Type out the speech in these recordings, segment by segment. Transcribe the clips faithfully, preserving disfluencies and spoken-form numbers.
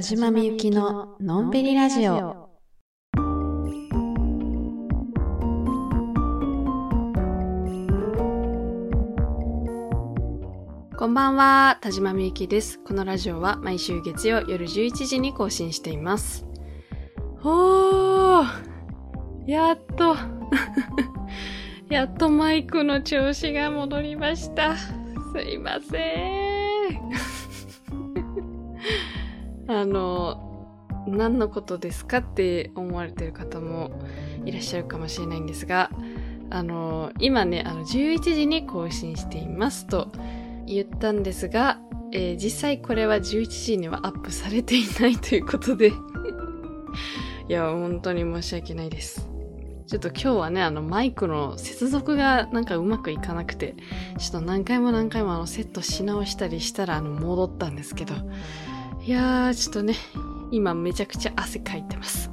じまみゆきののんびりラジオ。こんばんは、田島みゆきです。このラジオは毎週月曜夜じゅういちじに更新しています。おー、やっとやっとマイクの調子が戻りました。すいませんあの何のことですかって思われている方もいらっしゃるかもしれないんですが、あの今ねあのじゅういちじに更新していますと言ったんですが、えー、実際これはじゅういちじにはアップされていないということでいや本当に申し訳ないです。ちょっと今日はねあのマイクの接続がなんかうまくいかなくて、ちょっと何回も何回もあのセットし直したりしたらあの戻ったんですけど、いやーちょっとね今めちゃくちゃ汗かいてます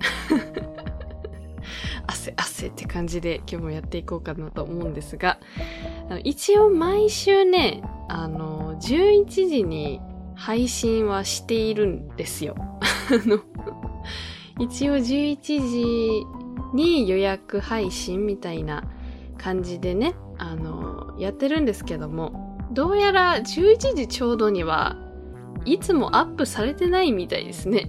汗汗って感じで今日もやっていこうかなと思うんですが、あの一応毎週ねあのじゅういちじに配信はしているんですよあの一応じゅういちじに予約配信みたいな感じでねあのやってるんですけども、どうやらじゅういちじちょうどにはいつもアップされてないみたいですね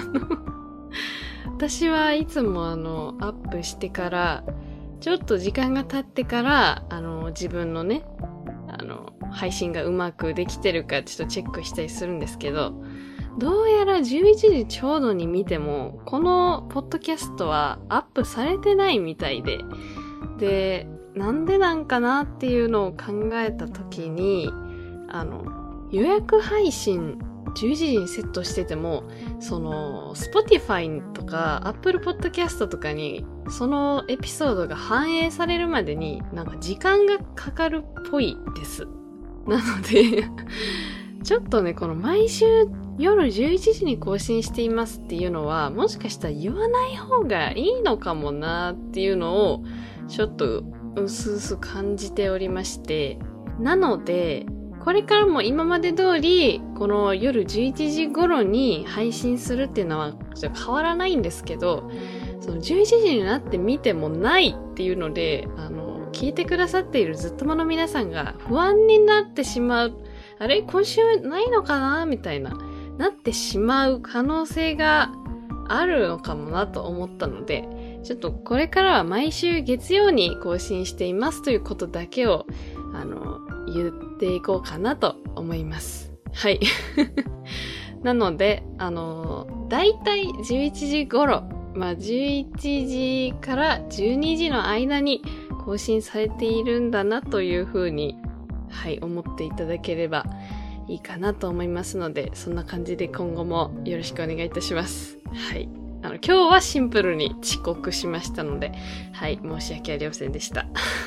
私はいつもあのアップしてからちょっと時間が経ってからあの自分のねあの配信がうまくできてるかちょっとチェックしたりするんですけど、どうやらじゅういちじちょうどに見てもこのポッドキャストはアップされてないみたいで、でなんでなんかなっていうのを考えた時に、あの予約配信じゅういちじにセットしててもその Spotify とか Apple Podcast とかにそのエピソードが反映されるまでになんか時間がかかるっぽいです。なのでちょっとねこの毎週夜じゅういちじに更新していますっていうのはもしかしたら言わない方がいいのかもなっていうのをちょっとうすうす感じておりまして、なのでこれからも今まで通りこの夜じゅういちじ頃に配信するっていうのは変わらないんですけど、そのじゅういちじになって見てもないっていうのであの聞いてくださっているずっともの皆さんが不安になってしまう、あれ今週ないのかなみたいななってしまう可能性があるのかもなと思ったので、ちょっとこれからは毎週月曜に更新していますということだけをあの言っていこうかなと思います。はいなのであのだいたいじゅういちじ頃、まあじゅういちじからじゅうにじの間に更新されているんだなというふうにはい思っていただければいいかなと思いますので、そんな感じで今後もよろしくお願いいたします。はい。あの今日はシンプルに遅刻しましたので、はい申し訳ありませんでした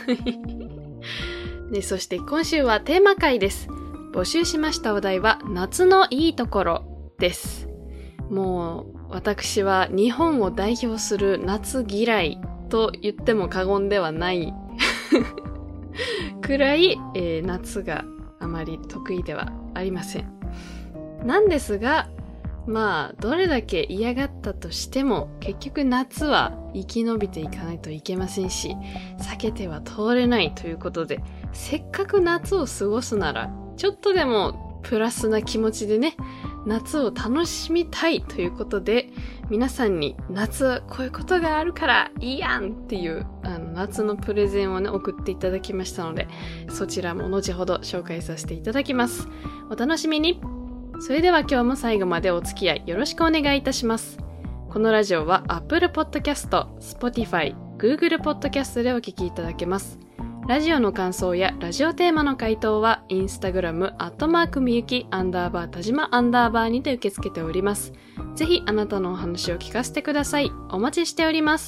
でそして今週はテーマ回です。募集しましたお題は夏のいいところです。もう私は日本を代表する夏嫌いと言っても過言ではないくらい、えー、夏があまり得意ではありません。なんですがまあどれだけ嫌がったとしても結局夏は生き延びていかないといけませんし、避けては通れないということで、せっかく夏を過ごすならちょっとでもプラスな気持ちでね夏を楽しみたいということで、皆さんに夏はこういうことがあるからいいやんっていうあの夏のプレゼンをね送っていただきましたので、そちらも後ほど紹介させていただきます。お楽しみに。それでは今日も最後までお付き合いよろしくお願いいたします。このラジオは Apple Podcast、Spotify、Google Podcast でお聞きいただけます。ラジオの感想やラジオテーマの回答はインスタグラムアットマークみゆきアンダーバー田島アンダーバーにて受け付けております。ぜひあなたのお話を聞かせてください。お待ちしております。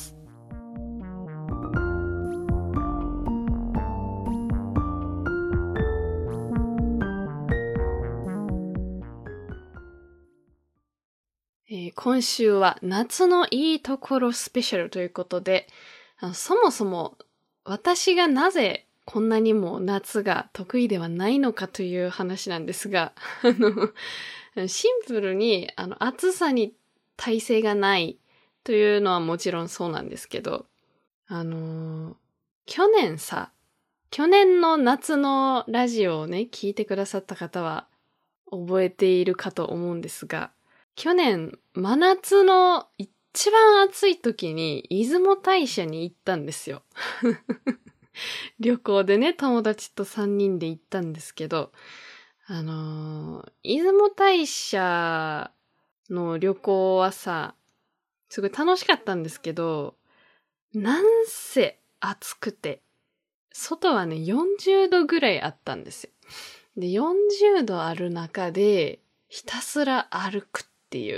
えー、今週は夏のいいところスペシャルということで、あのそもそも私がなぜこんなにも夏が得意ではないのかという話なんですが、あの、 シンプルに、あの、暑さに耐性がないというのはもちろんそうなんですけど、あのー、去年さ、去年の夏のラジオをね、聞いてくださった方は覚えているかと思うんですが、去年、真夏の一番暑い時に出雲大社に行ったんですよ。旅行でね、友達とさんにんで行ったんですけど、あのー、出雲大社の旅行はさ、すごい楽しかったんですけど、なんせ暑くて、外はね、よんじゅうどぐらいあったんですよ。で、よんじゅうどある中で、ひたすら歩くっていう。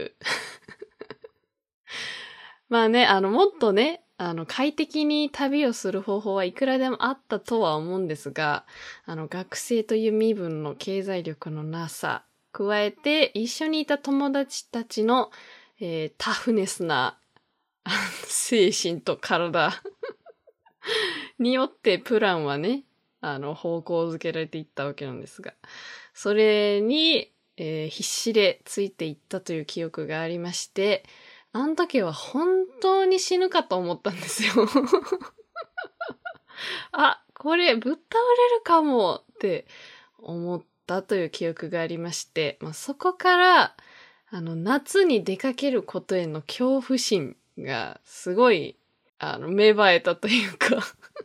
まあね、あの、もっとね、あの、快適に旅をする方法はいくらでもあったとは思うんですが、あの、学生という身分の経済力のなさ、加えて一緒にいた友達たちの、えー、タフネスな精神と体によってプランはね、あの、方向づけられていったわけなんですが、それに、えー、必死でついていったという記憶がありまして、あの時は本当に死ぬかと思ったんですよ。あ、これぶっ倒れるかもって思ったという記憶がありまして、まあ、そこから、あの、夏に出かけることへの恐怖心がすごい、あの、芽生えたというか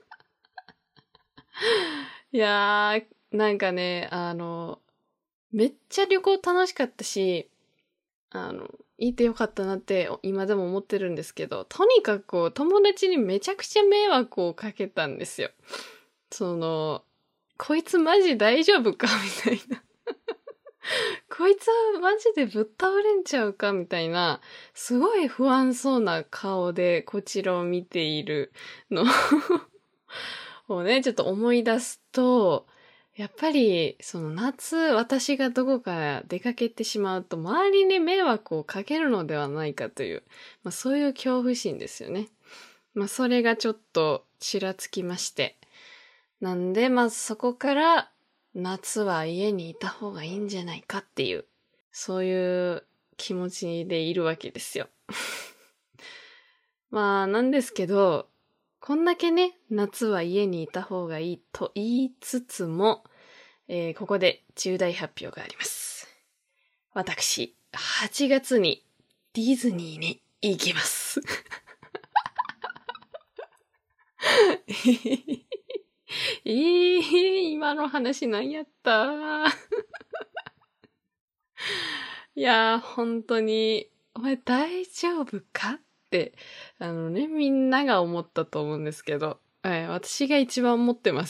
いやー、なんかね、あの、めっちゃ旅行楽しかったし、あの、行ってよかったなって今でも思ってるんですけど、とにかく友達にめちゃくちゃ迷惑をかけたんですよ。その、こいつマジ大丈夫かみたいな。こいつはマジでぶっ倒れんちゃうかみたいな、すごい不安そうな顔でこちらを見ているのをね、ちょっと思い出すと、やっぱり、その夏、私がどこか出かけてしまうと、周りに迷惑をかけるのではないかという、まあそういう恐怖心ですよね。まあそれがちょっとちらつきまして。なんで、まあそこから、夏は家にいた方がいいんじゃないかっていう、そういう気持ちでいるわけですよ。まあなんですけど、こんだけね、夏は家にいた方がいいと言いつつも、えー、ここで重大発表があります。私、はちがつにディズニーに行きます。えー、今の話何やったいやー、本当に、お前大丈夫かって、あのね、みんなが思ったと思うんですけど、はい、私が一番思ってます。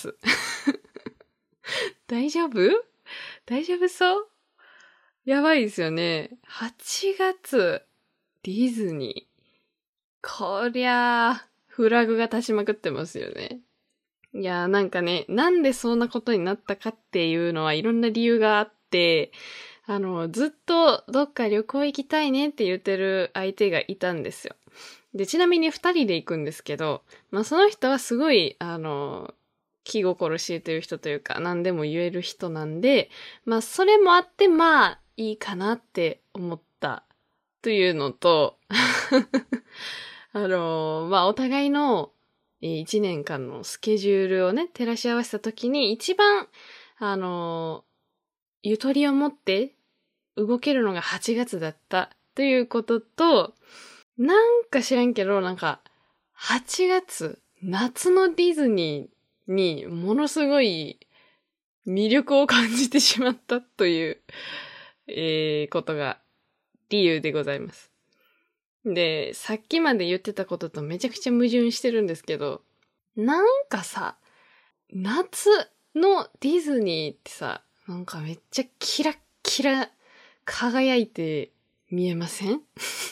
大丈夫大丈夫そうやばいですよね。はちがつ、ディズニー。こりゃあ、フラグが立ちまくってますよね。いやーなんかね、なんでそんなことになったかっていうのはいろんな理由があって、あの、ずっとどっか旅行行きたいねって言ってる相手がいたんですよ。で、ちなみに二人で行くんですけど、まあその人はすごい、あの、気心知れてる人というか、何でも言える人なんで、まあそれもあって、まあいいかなって思ったというのと、あの、まあお互いの一年間のスケジュールをね、照らし合わせたときに一番、あの、ゆとりを持って動けるのがはちがつだったということと、なんか知らんけど、なんか、はちがつ、夏のディズニーにものすごい魅力を感じてしまったという、えー、ことが理由でございます。で、さっきまで言ってたこととめちゃくちゃ矛盾してるんですけど、なんかさ、夏のディズニーってさ、なんかめっちゃキラッキラ輝いて見えません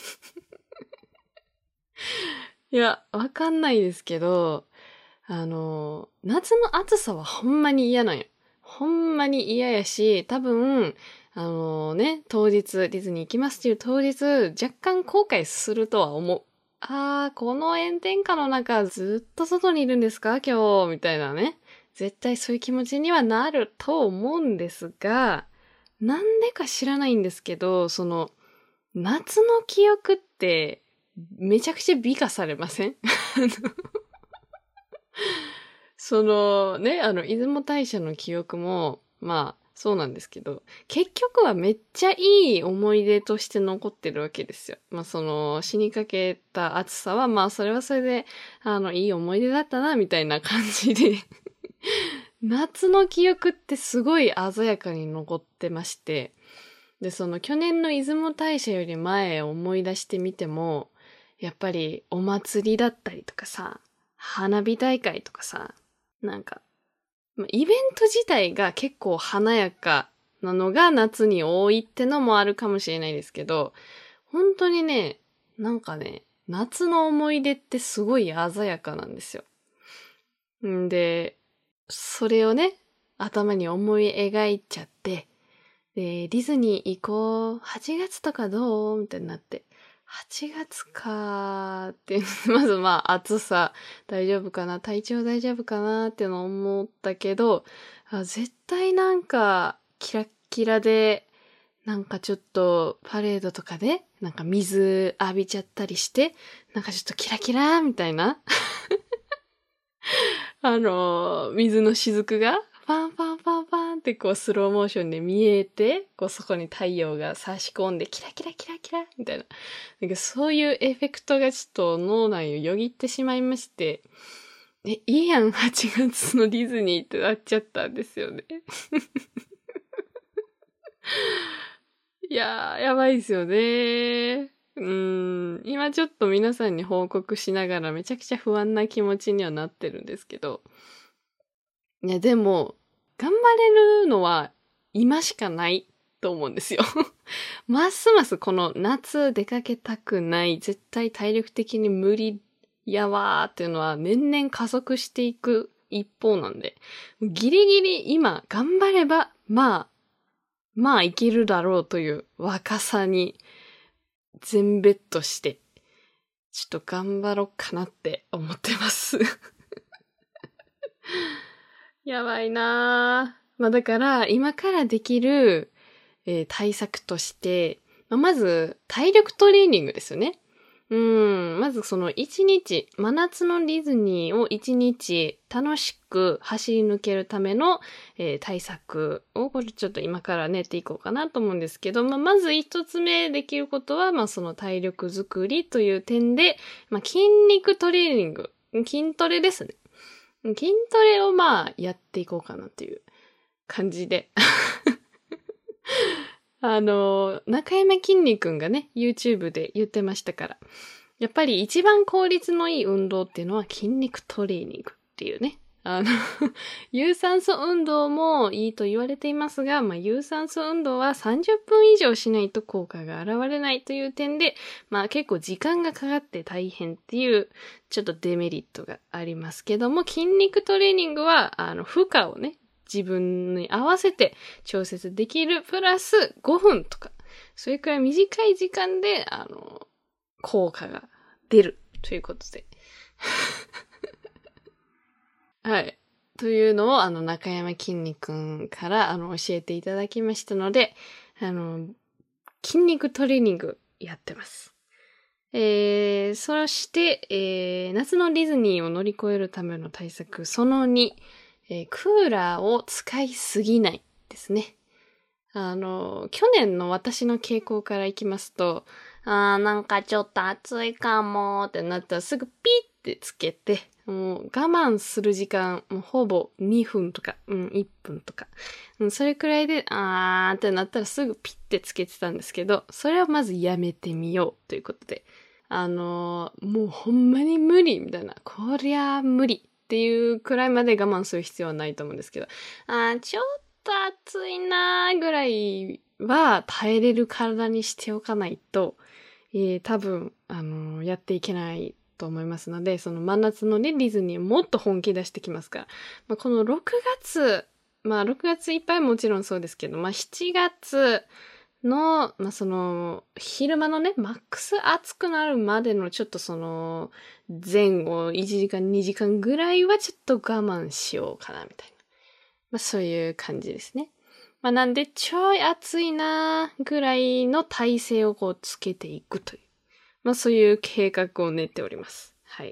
いや、わかんないですけど、あの、夏の暑さはほんまに嫌なんよ。ほんまに嫌やし、多分、あのね、当日、ディズニー行きますっていう当日、若干後悔するとは思う。あー、この炎天下の中ずっと外にいるんですか今日みたいなね。絶対そういう気持ちにはなると思うんですが、 なんでか知らないんですけど、その、夏の記憶って、めちゃくちゃ美化されません？そのね、あの、出雲大社の記憶も、まあ、そうなんですけど、結局はめっちゃいい思い出として残ってるわけですよ。まあ、その、死にかけた暑さは、まあ、それはそれで、あの、いい思い出だったな、みたいな感じで、夏の記憶ってすごい鮮やかに残ってまして、で、その去年の出雲大社より前を思い出してみても、やっぱりお祭りだったりとかさ、花火大会とかさ、なんか、イベント自体が結構華やかなのが夏に多いってのもあるかもしれないですけど、本当にね、なんかね、夏の思い出ってすごい鮮やかなんですよ。んで、それをね、頭に思い描いちゃって、で、ディズニー行こう、はちがつとかどうみたいになって、はちがつかーって、まずまあ暑さ大丈夫かな、体調大丈夫かなっての思ったけど、あ、絶対なんかキラッキラで、なんかちょっとパレードとかで、なんか水浴びちゃったりして、なんかちょっとキラキラーみたいなあの、水の雫が、パンパンパンパンってこうスローモーションで見えて、こうそこに太陽が差し込んで、キラキラキラキラみたいな。なんかそういうエフェクトがちょっと脳内をよぎってしまいまして、え、いいやん、はちがつのディズニーってなっちゃったんですよね。いやー、やばいですよね。うーん、今ちょっと皆さんに報告しながらめちゃくちゃ不安な気持ちにはなってるんですけど。いや、でも、頑張れるのは今しかないと思うんですよ。ますますこの夏出かけたくない、絶対体力的に無理やわーっていうのは年々加速していく一方なんで、ギリギリ今頑張れば、まあ、まあいけるだろうという若さに全ベットして、ちょっと頑張ろうかなって思ってます。やばいなぁ。まあだから、今からできる、えー対策として、まあ、まず、体力トレーニングですよね。うん。まずその一日、真夏のディズニーを一日楽しく走り抜けるための、えー対策を、これちょっと今から練っていこうかなと思うんですけど、まあ、まず一つ目できることは、まあ、その体力づくりという点で、まあ、筋肉トレーニング、筋トレですね。筋トレをまあ、やっていこうかなっていう感じで。あの、中山きんに君がね、YouTube で言ってましたから。やっぱり一番効率のいい運動っていうのは筋肉トレーニングっていうね。あの有酸素運動もいいと言われていますが、まあ、有酸素運動はさんじゅっぷん以上しないと効果が現れないという点で、まあ結構時間がかかって大変っていうちょっとデメリットがありますけども、筋肉トレーニングは、あの、負荷をね、自分に合わせて調節できるプラスごふんとか、それくらい短い時間で、あの、効果が出るということで。はい。というのを、あの、中山きんに君から、あの、教えていただきましたので、あの、筋肉トレーニングやってます。えー、そして、えー、夏のディズニーを乗り越えるための対策、そのに、えー、クーラーを使いすぎないですね。あの、去年の私の傾向からいきますと、あーなんかちょっと暑いかもってなったらすぐピッってつけて、もう我慢する時間、もうほぼにふんとか、うん、いっぷんとか、うん、それくらいで、あーってなったらすぐピッてつけてたんですけど、それをまずやめてみようということで、あのー、もうほんまに無理みたいな、こりゃ無理っていうくらいまで我慢する必要はないと思うんですけど、あーちょっと暑いなーぐらいは耐えれる体にしておかないと、えー、多分、あのー、やっていけないと思いますので、その真夏のね、ディズニーもっと本気出してきますから。まあ、このろくがつ、まあろくがついっぱいもちろんそうですけど、まあしちがつの、まあその、昼間のね、マックス暑くなるまでのちょっとその、前後いちじかんにじかんぐらいはちょっと我慢しようかな、みたいな。まあそういう感じですね。 まあなんでちょい暑いなぐらいの体勢をこうつけていくという。まあそういう計画を練っております。はい。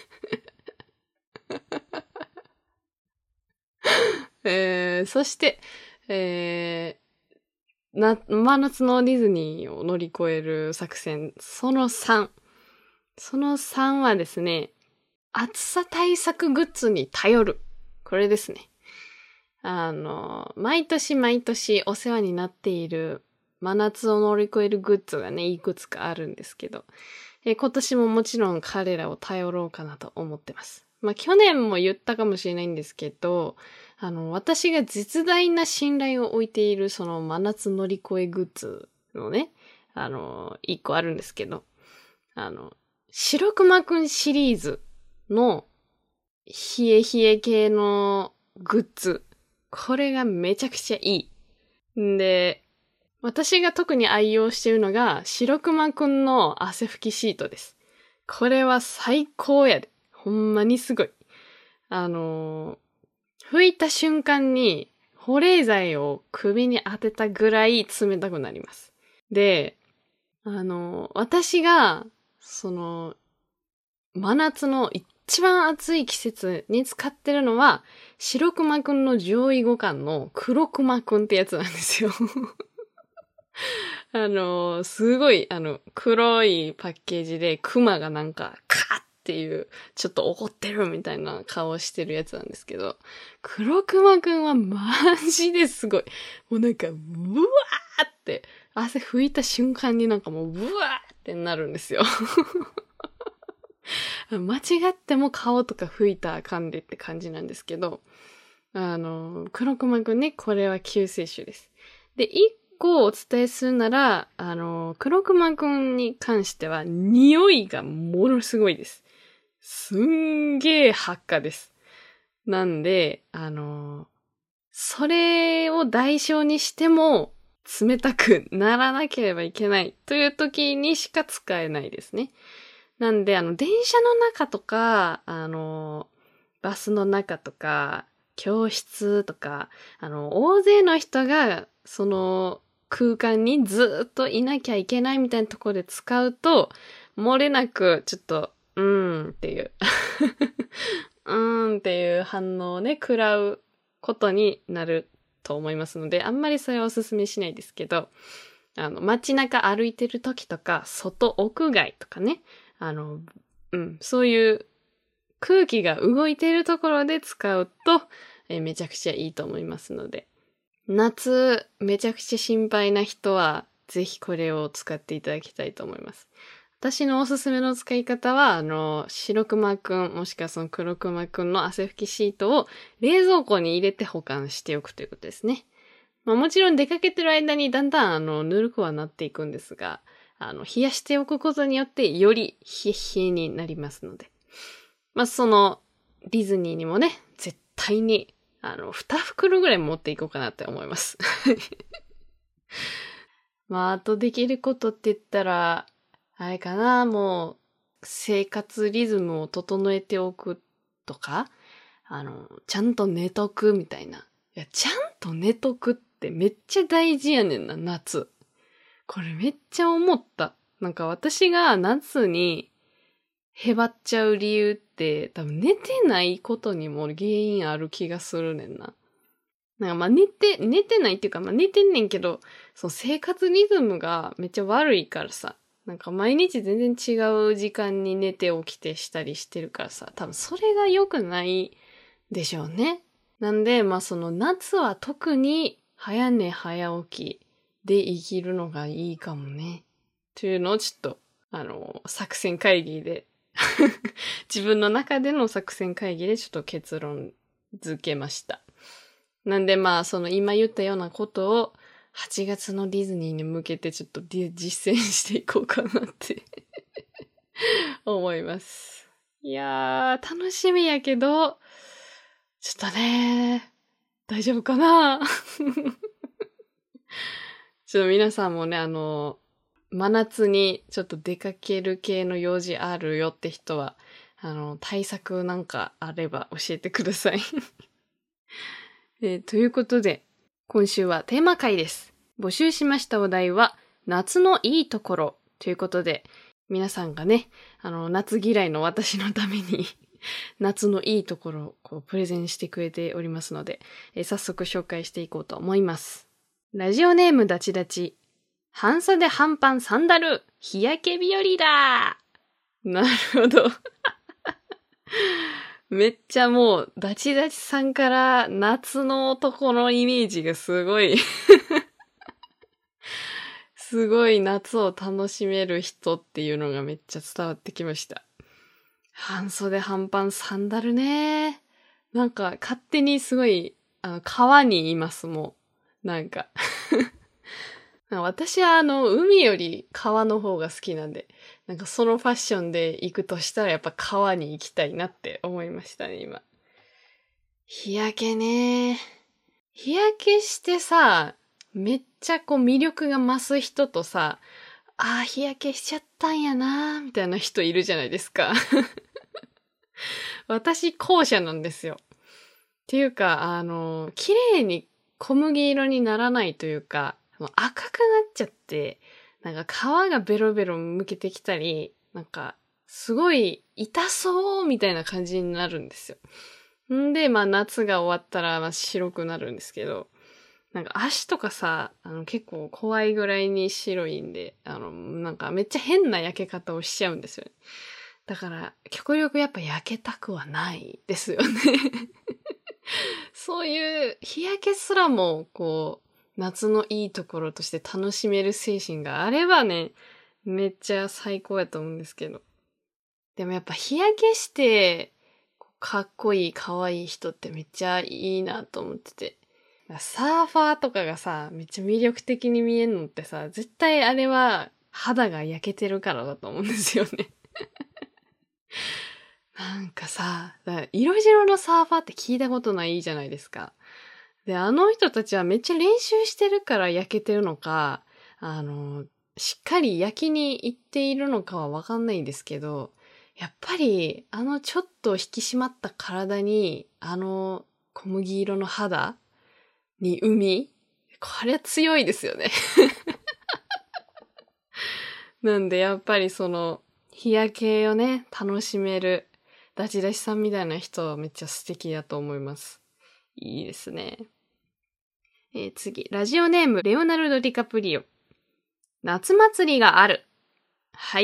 えー、そして、えー、な、真夏のディズニーを乗り越える作戦、そのさん。そのさんはですね、暑さ対策グッズに頼る。これですね。あの、毎年毎年お世話になっている真夏を乗り越えるグッズがね、いくつかあるんですけど、え今年ももちろん彼らを頼ろうかなと思ってます。まあ去年も言ったかもしれないんですけど、あの、私が絶大な信頼を置いているその真夏乗り越えグッズのね、あの、一個あるんですけど、あの、白熊くんシリーズの冷え冷え系のグッズ。これがめちゃくちゃいい。んで、私が特に愛用しているのが、白熊くんの汗拭きシートです。これは最高やで。ほんまにすごい。あのー、拭いた瞬間に保冷剤を首に当てたぐらい冷たくなります。で、あのー、私が、その、真夏の一番暑い季節に使ってるのは、白熊くんの上位互換の黒熊くんってやつなんですよ。あの、すごい、あの、黒いパッケージで熊がなんか、カーっていう、ちょっと怒ってるみたいな顔してるやつなんですけど、黒熊くんはマジですごい。もうなんか、ブワーって、汗拭いた瞬間になんかもうブワーってなるんですよ。間違っても顔とか拭いたらあかんでって感じなんですけど、あの、黒熊くんね、これは救世主です。で、一個お伝えするなら、あの、黒熊くんに関しては、匂いがものすごいです。すんげー発火です。なんで、あの、それを代償にしても、冷たくならなければいけないという時にしか使えないですね。なんで、あの、電車の中とか、あの、バスの中とか、教室とか、あの、大勢の人が、その空間にずっといなきゃいけないみたいなところで使うと、漏れなく、ちょっと、うーんっていう、うーんっていう反応をね、食らうことになると思いますので、あんまりそれはお勧めしないですけど、あの、街中歩いてる時とか、外、屋外とかね、あの、うん、そういう空気が動いているところで使うと、えめちゃくちゃいいと思いますので、夏めちゃくちゃ心配な人は、ぜひこれを使っていただきたいと思います。私のおすすめの使い方は、あの、白熊くん、もしくはその黒熊くんの汗拭きシートを冷蔵庫に入れて保管しておくということですね。まあもちろん出かけてる間にだんだんあの、ぬるくはなっていくんですが、あの、冷やしておくことによってより冷え冷えになりますので。まあその、ディズニーにもね、絶対に、あの、二袋ぐらい持っていこうかなって思います。まああとできることって言ったら、あれかな、もう、生活リズムを整えておくとか、あの、ちゃんと寝とくみたいな。いや、ちゃんと寝とくってめっちゃ大事やねんな、夏。これめっちゃ思った。なんか私が夏にへばっちゃう理由って多分寝てないことにも原因ある気がするねんな。なんかまあ寝て、寝てないっていうかまあ寝てんねんけど、その生活リズムがめっちゃ悪いからさ。なんか毎日全然違う時間に寝て起きてしたりしてるからさ。多分それが良くないでしょうね。なんでまあその夏は特に早寝早起きで生きるのがいいかもね。というのをちょっと、あの、作戦会議で自分の中での作戦会議でちょっと結論付けました。なんでまあ、その今言ったようなことをはちがつのディズニーに向けてちょっと実践していこうかなって思います。いやー、楽しみやけど、ちょっとね、大丈夫かなちょっと皆さんもね、あの、真夏にちょっと出かける系の用事あるよって人は、あの、対策なんかあれば教えてください、えー。ということで、 今週はテーマ回です。募集しましたお題は、夏のいいところということで、皆さんがね、あの、夏嫌いの私のために、夏のいいところをこうプレゼンしてくれておりますので、えー早速紹介していこうと思います。ラジオネームダチダチ。半袖半パンサンダル、日焼け日和だ。なるほど。めっちゃもう、ダチダチさんから夏の男のイメージがすごい、すごい夏を楽しめる人っていうのがめっちゃ伝わってきました。半袖半パンサンダルね。なんか勝手にすごい、あの、川にいます、もう。なんか。私はあの、海より川の方が好きなんで、なんかそのファッションで行くとしたらやっぱ川に行きたいなって思いましたね、今。日焼けね。日焼けしてさ、めっちゃこう魅力が増す人とさ、ああ、日焼けしちゃったんやな、みたいな人いるじゃないですか。私、後者なんですよ。っていうか、あの、綺麗に小麦色にならないというか、赤くなっちゃって、なんか皮がベロベロ剥けてきたり、なんか、すごい痛そうみたいな感じになるんですよ。んで、まあ夏が終わったら、まあ、白くなるんですけど、なんか足とかさ、あの結構怖いぐらいに白いんで、あの、なんかめっちゃ変な焼け方をしちゃうんですよね。だから、極力やっぱ焼けたくはないですよね。そういう日焼けすらも、こう、夏のいいところとして楽しめる精神があればね、めっちゃ最高やと思うんですけど。でもやっぱ日焼けして、かっこいい可愛い人ってめっちゃいいなと思ってて。サーファーとかがさ、めっちゃ魅力的に見えるのってさ、絶対あれは肌が焼けてるからだと思うんですよね。なんかさ、色白のサーファーって聞いたことないじゃないですか。で、あの人たちはめっちゃ練習してるから焼けてるのか、あの、しっかり焼きに行っているのかはわかんないんですけど、やっぱり、あのちょっと引き締まった体に、あの小麦色の肌に海、これは強いですよね。なんでやっぱりその、日焼けをね、楽しめる、ダチダチさんみたいな人はめっちゃ素敵だと思います。いいですね。えー、次、ラジオネーム、レオナルド・ディカプリオ。夏祭りがある。はい、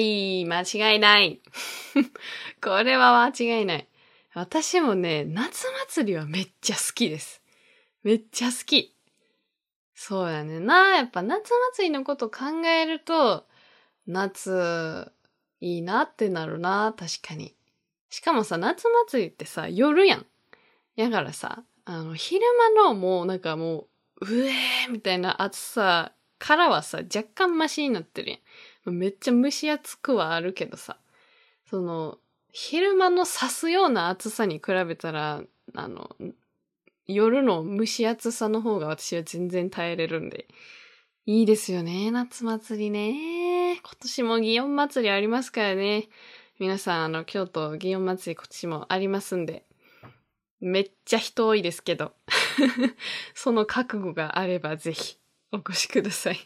間違いない。これは間違いない。私もね、夏祭りはめっちゃ好きです。めっちゃ好き。そうやねんな。やっぱ夏祭りのこと考えると、夏、いいなってなるな。確かに。しかもさ、夏祭りってさ、夜やん。やからさ、あの、昼間のもうなんかもう、うえーみたいな暑さからはさ、若干マシになってるやん。めっちゃ蒸し暑くはあるけどさ、その、昼間の刺すような暑さに比べたら、あの、夜の蒸し暑さの方が私は全然耐えれるんで。いいですよね、夏祭りね。今年も祇園祭りありますからね。皆さん、あの、京都祇園祭り今年もありますんで。めっちゃ人多いですけど。その覚悟があればぜひお越しください。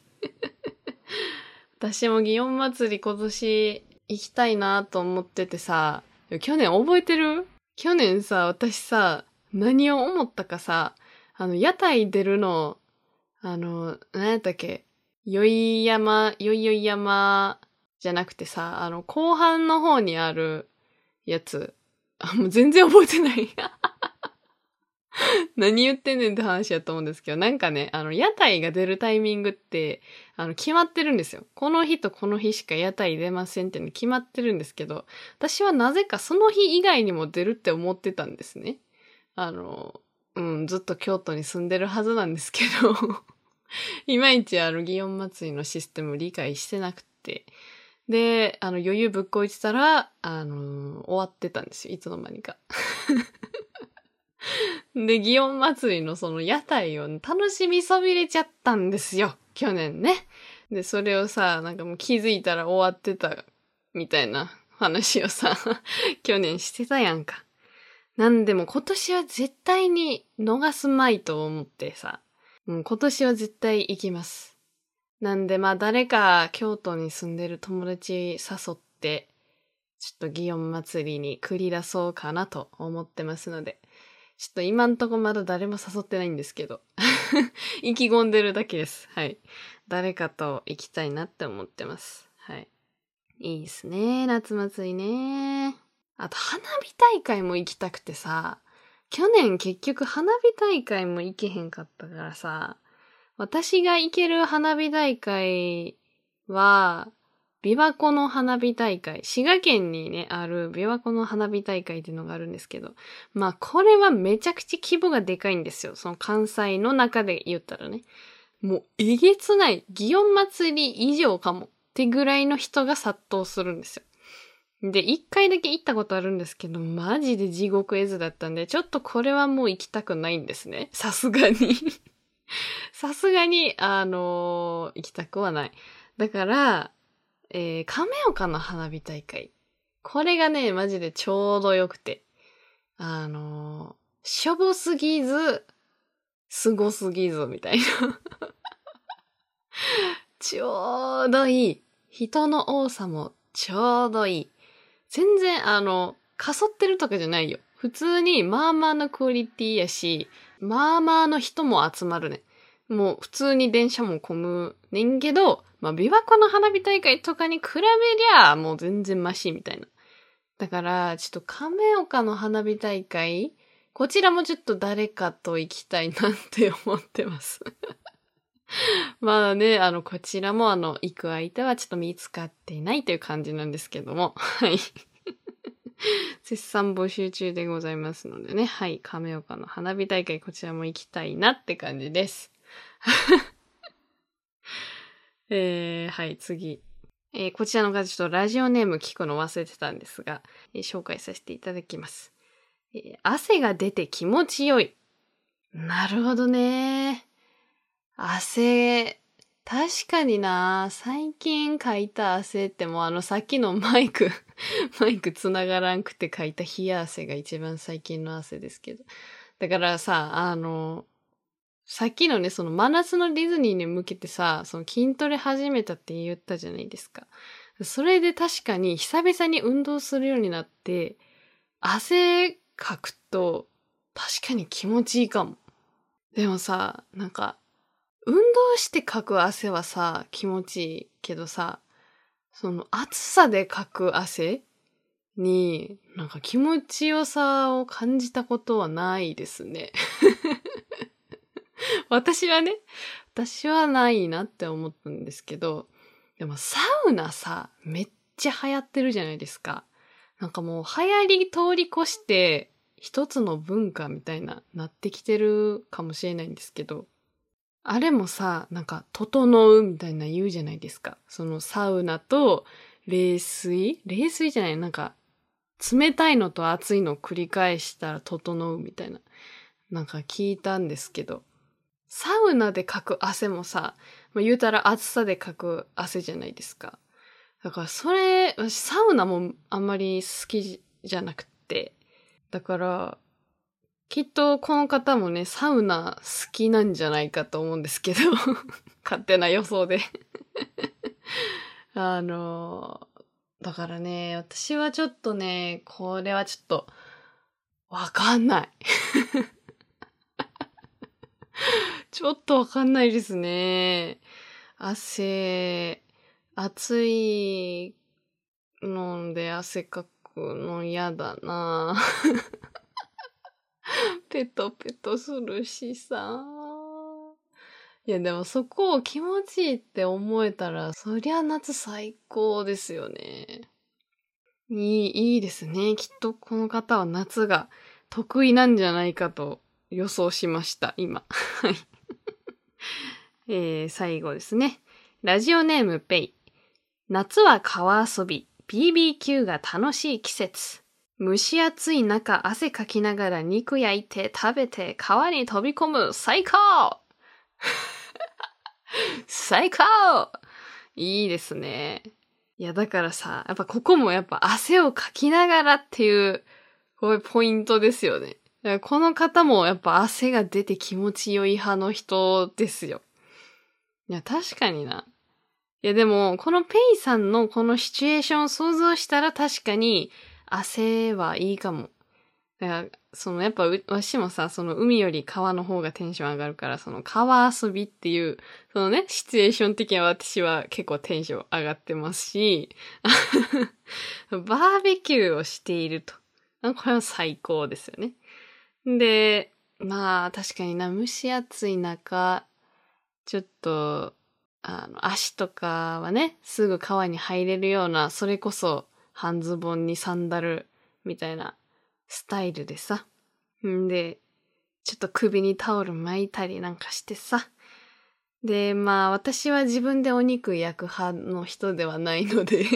私も祇園祭り今年行きたいなと思っててさ、去年覚えてる？去年さ、私さ、何を思ったかさ、あの、屋台出るの、あの、何やったっけ、よい山、よいよい山じゃなくてさ、あの、後半の方にあるやつ。あ、もう全然覚えてない。何言ってんねんって話やと思うんですけど、なんかね、あの、屋台が出るタイミングって、あの、決まってるんですよ。この日とこの日しか屋台出ませんっていうの決まってるんですけど、私はなぜかその日以外にも出るって思ってたんですね。あの、うん、ずっと京都に住んでるはずなんですけど、いまいちあの、祇園祭りのシステムを理解してなくて、で、あの、余裕ぶっこいてたら、あの、終わってたんですよ。いつの間にか。で、祇園祭りのその屋台を楽しみそびれちゃったんですよ。去年ね。で、それをさ、なんかもう気づいたら終わってたみたいな話をさ、去年してたやんか。なんでも今年は絶対に逃すまいと思ってさ、 うん、今年は絶対行きます。なんでまあ誰か京都に住んでる友達誘って、ちょっと祇園祭りに繰り出そうかなと思ってますので、ちょっと今んとこまだ誰も誘ってないんですけど、意気込んでるだけです。はい。誰かと行きたいなって思ってます。はい。いいですね。夏祭りね。あと花火大会も行きたくてさ、去年結局花火大会も行けへんかったからさ、私が行ける花火大会は、琵琶湖の花火大会。滋賀県にね、ある琵琶湖の花火大会っていうのがあるんですけど、まあこれはめちゃくちゃ規模がでかいんですよ。その関西の中で言ったらね。もうえげつない、祇園祭り以上かもってぐらいの人が殺到するんですよ。で、一回だけ行ったことあるんですけど、マジで地獄絵図だったんで、ちょっとこれはもう行きたくないんですね。さすがに。さすがに、あのー行きたくはない。だから、えー、亀岡の花火大会。これがね、マジでちょうどよくて。あのーしょぼすぎず、すごすぎず、みたいな。ちょうどいい。人の多さもちょうどいい。全然、あの、かそってるとかじゃないよ。普通に、まあまあのクオリティやし、まあまあの人も集まるね。もう、普通に電車も混むねんけど、まあ、琵琶湖の花火大会とかに比べりゃ、もう全然マシみたいな。だから、ちょっと亀岡の花火大会、こちらもちょっと誰かと行きたいなって思ってます。まあね、あの、こちらもあの、行く相手はちょっと見つかっていないという感じなんですけども、はい。絶賛募集中でございますのでね、はい、亀岡の花火大会、こちらも行きたいなって感じです。えー、はい、次。えー、こちらの方、ちょっとラジオネーム聞くの忘れてたんですが、えー、紹介させていただきます。えー、汗が出て気持ちよい。なるほどね。汗、確かにな、最近かいた汗ってもうあのさっきのマイク、マイク繋がらんくてかいた冷や汗が一番最近の汗ですけど。だからさ、あの、さっきのね、その真夏のディズニーに向けてさ、その筋トレ始めたって言ったじゃないですか。それで確かに久々に運動するようになって、汗かくと確かに気持ちいいかも。でもさ、なんか、運動してかく汗はさ、気持ちいいけどさ、その暑さでかく汗に、なんか気持ちよさを感じたことはないですね。私はね、私はないなって思ったんですけど、でもサウナさ、めっちゃ流行ってるじゃないですか。なんかもう流行り通り越して一つの文化みたいななってきてるかもしれないんですけど、あれもさ、なんか整うみたいな言うじゃないですか。そのサウナと冷水冷水じゃない、なんか冷たいのと熱いのを繰り返したら整うみたいな。なんか聞いたんですけど、サウナでかく汗もさ、まあ、言うたら暑さでかく汗じゃないですか。だからそれ、私サウナもあんまり好きじゃなくて。だから、きっとこの方もね、サウナ好きなんじゃないかと思うんですけど。勝手な予想で。あの、だからね、私はちょっとね、これはちょっと、わかんない。ちょっとわかんないですね。汗、暑いので汗かくの嫌だな。ペトペトするしさ。いやでもそこを気持ちいいって思えたら、そりゃ夏最高ですよね。いい、いいですね。きっとこの方は夏が得意なんじゃないかと予想しました、今。はい。えー、最後ですね。ラジオネームペイ。夏は川遊び、ビービーキュー が楽しい季節。蒸し暑い中、汗かきながら肉焼いて食べて川に飛び込む最高最高いいですね。いや、だからさ、やっぱここもやっぱ汗をかきながらっていう、こういうポイントですよね。 からこの方もやっぱ汗が出て気持ちよい派の人ですよ。いや、確かにな。いや、でも、このペイさんのこのシチュエーションを想像したら確かに汗はいいかも。だから、そのやっぱ私もさ、その海より川の方がテンション上がるから、その川遊びっていう、そのね、シチュエーション的には私は結構テンション上がってますし、バーベキューをしていると。これは最高ですよね。で、まあ確かにな、蒸し暑い中、ちょっと、あの、足とかはね、すぐ川に入れるような、それこそ半ズボンにサンダルみたいなスタイルでさ。んで、ちょっと首にタオル巻いたりなんかしてさ。で、まあ私は自分でお肉焼く派の人ではないので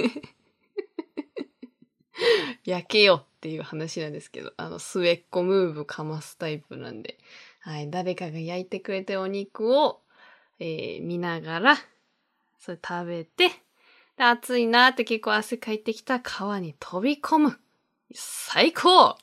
焼けよっていう話なんですけど、あの、末っ子ムーブかますタイプなんで、はい、誰かが焼いてくれてお肉を、えー、見ながら、それ食べて、で暑いなーって結構汗かいてきた川に飛び込む。最高こ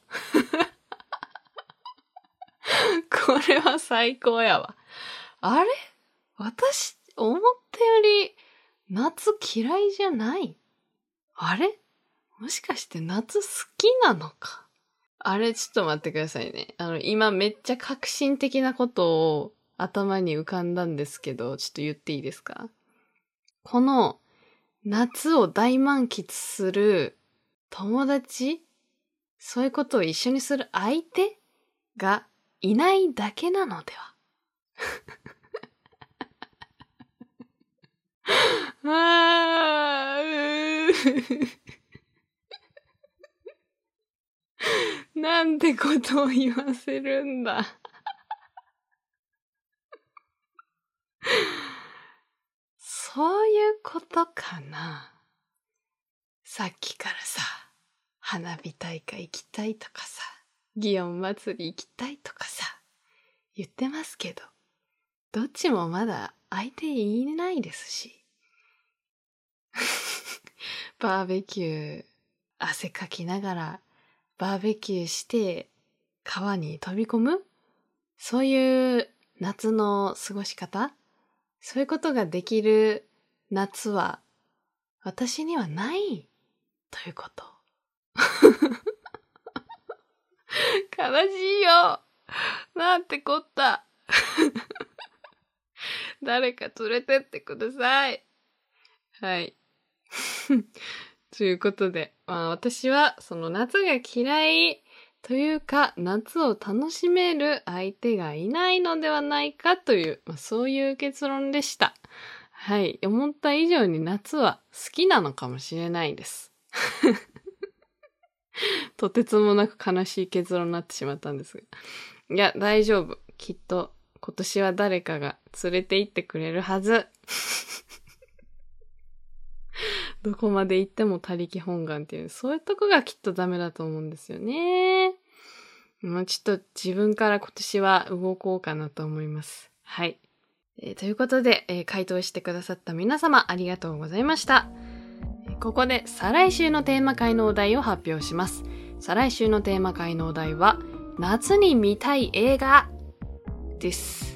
れは最高やわ。あれ私、思ったより夏嫌いじゃない。あれもしかして夏好きなのか。あれ、ちょっと待ってくださいね。あの、今めっちゃ革新的なことを頭に浮かんだんですけど、ちょっと言っていいですか？この夏を大満喫する友達、そういうことを一緒にする相手がいないだけなのではあーうーなんてことを言わせるんだそういうことかな。さっきからさ、花火大会行きたいとかさ、祇園祭り行きたいとかさ、言ってますけど、どっちもまだ相手いないですし。バーベキュー、汗かきながらバーベキューして川に飛び込む？そういう夏の過ごし方？そういうことができる夏は私にはないということ。悲しいよ。なんてこった。誰か連れてってください。はい。ということで、まあ私はその夏が嫌いというか夏を楽しめる相手がいないのではないかという、まあ、そういう結論でした。はい。思った以上に夏は好きなのかもしれないです。とてつもなく悲しい結論になってしまったんですが。いや、大丈夫。きっと今年は誰かが連れて行ってくれるはず。どこまで行っても他力本願っていう、そういうとこがきっとダメだと思うんですよね。まあ、ちょっと自分から今年は動こうかなと思います。はい。えー、ということで、えー、回答してくださった皆様ありがとうございました。ここで再来週のテーマ回のお題を発表します。再来週のテーマ回のお題は、夏に見たい映画です。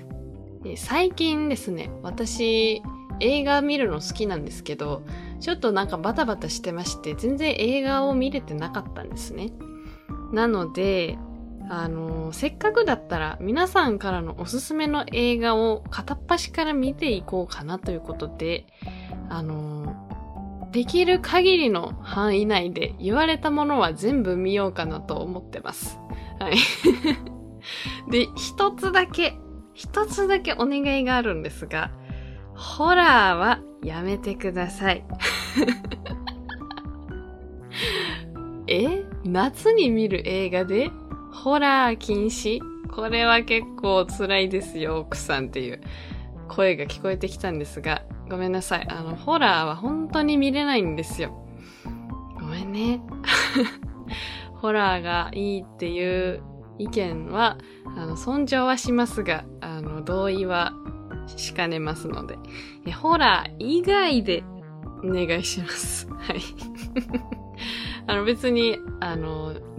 えー、最近ですね、私、映画見るの好きなんですけど、ちょっとなんかバタバタしてまして、全然映画を見れてなかったんですね。なので、あのー、せっかくだったら皆さんからのおすすめの映画を片っ端から見ていこうかなということで、あのー、できる限りの範囲内で言われたものは全部見ようかなと思ってます。はい。で、一つだけ、一つだけお願いがあるんですが、ホラーはやめてください。え？夏に見る映画でホラー禁止？これは結構辛いですよ、奥さんっていう声が聞こえてきたんですが、ごめんなさい。あの、ホラーは本当に見れないんですよ。ごめんね。ホラーがいいっていう意見は、あの、尊重はしますが、あの、同意はしかねますので、ホラー以外でお願いします。はい。あの別に、あの、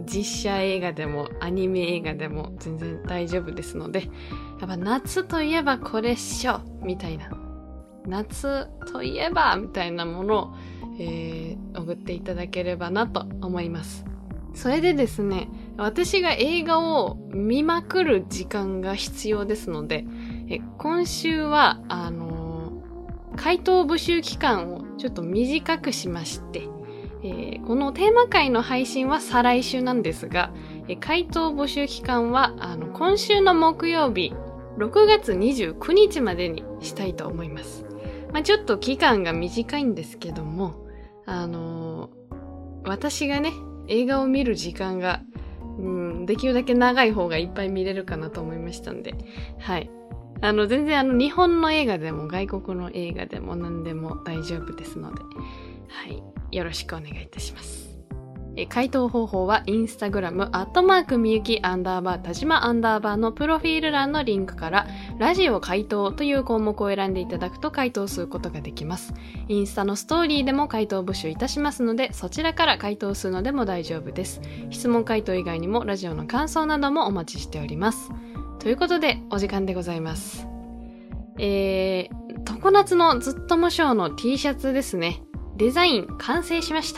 実写映画でもアニメ映画でも全然大丈夫ですので、やっぱ夏といえばこれっしょみたいな、夏といえばみたいなものを、えー、送っていただければなと思います。それでですね、私が映画を見まくる時間が必要ですので、え今週はあのー、回答募集期間をちょっと短くしまして、えー、このテーマ回の配信は再来週なんですが、えー、回答募集期間はあの今週の木曜日ろくがつにじゅうくにちまでにしたいと思います。まあ、ちょっと期間が短いんですけども、あのー、私がね映画を見る時間が、うん、できるだけ長い方がいっぱい見れるかなと思いましたんで、はい。あの全然あの日本の映画でも外国の映画でも何でも大丈夫ですので、はい。よろしくお願いいたします。え回答方法はインスタグラムアットマークみゆきアンダーバー田島アンダーバーのプロフィール欄のリンクからラジオ回答という項目を選んでいただくと回答することができます。インスタのストーリーでも回答募集いたしますので、そちらから回答するのでも大丈夫です。質問回答以外にもラジオの感想などもお待ちしております。ということでお時間でございます。えー、常夏のずっともショーの T シャツですね。デザイン完成しました。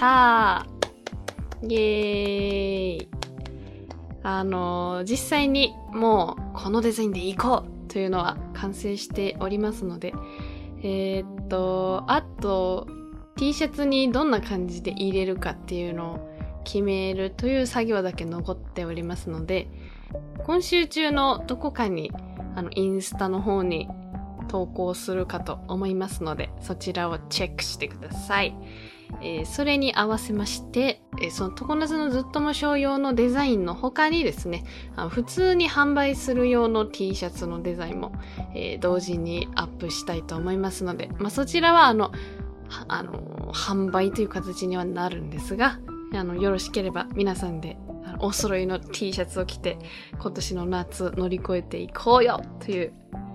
イエーイ。あの実際にもうこのデザインでいこうというのは完成しておりますので、えー、っとあと T シャツにどんな感じで入れるかっていうのを決めるという作業だけ残っておりますので、今週中のどこかにあのインスタの方に投稿するかと思いますので、そちらをチェックしてください。えー、それに合わせまして、えー、その常夏のずっともショー用のデザインの他にですね、あの普通に販売する用の T シャツのデザインも、えー、同時にアップしたいと思いますので、まあ、そちらはあの、あの販売という形にはなるんですが、あのよろしければ皆さんでお揃いの T シャツを着て今年の夏乗り越えていこうよという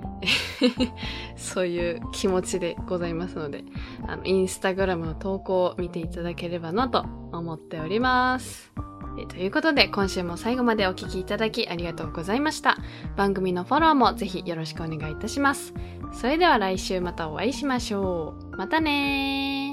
そういう気持ちでございますので、あのインスタグラムの投稿を見ていただければなと思っております。えということで今週も最後までお聞きいただきありがとうございました。番組のフォローもぜひよろしくお願いいたします。それでは来週またお会いしましょう。またねー。